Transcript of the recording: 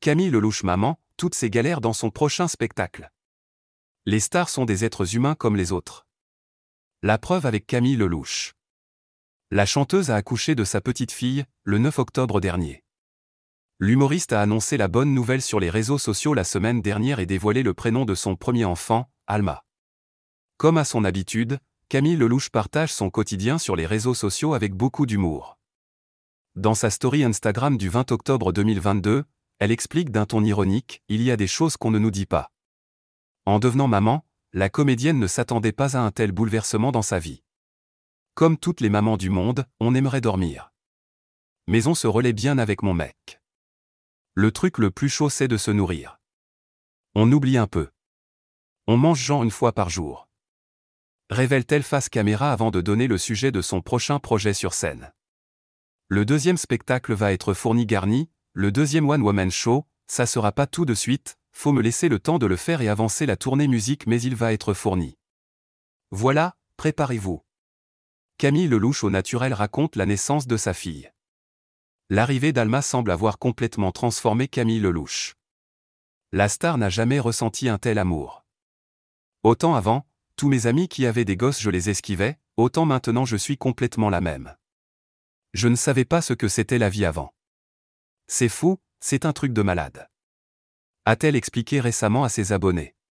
Camille Lelouch maman, toutes ses galères dans son prochain spectacle. Les stars sont des êtres humains comme les autres. La preuve avec Camille Lelouch. La chanteuse a accouché de sa petite fille, le 9 octobre dernier. L'humoriste a annoncé la bonne nouvelle sur les réseaux sociaux la semaine dernière et dévoilé le prénom de son premier enfant, Alma. Comme à son habitude, Camille Lelouch partage son quotidien sur les réseaux sociaux avec beaucoup d'humour. Dans sa story Instagram du 20 octobre 2022, elle explique d'un ton ironique « Il y a des choses qu'on ne nous dit pas ». En devenant maman, la comédienne ne s'attendait pas à un tel bouleversement dans sa vie. Comme toutes les mamans du monde, on aimerait dormir. Mais on se relaie bien avec mon mec. Le truc le plus chaud c'est de se nourrir. On oublie un peu. On mange genre une fois par jour. Révèle-t-elle face caméra avant de donner le sujet de son prochain projet sur scène. Le deuxième spectacle va être fourni garni, le deuxième One Woman Show, ça sera pas tout de suite, faut me laisser le temps de le faire et avancer la tournée musique mais il va être fourni. Voilà, préparez-vous. Camille Lelouch au naturel raconte la naissance de sa fille. L'arrivée d'Alma semble avoir complètement transformé Camille Lelouch. La star n'a jamais ressenti un tel amour. Autant avant, tous mes amis qui avaient des gosses je les esquivais, autant maintenant je suis complètement la même. Je ne savais pas ce que c'était la vie avant. C'est fou, c'est un truc de malade. A-t-elle expliqué récemment à ses abonnés.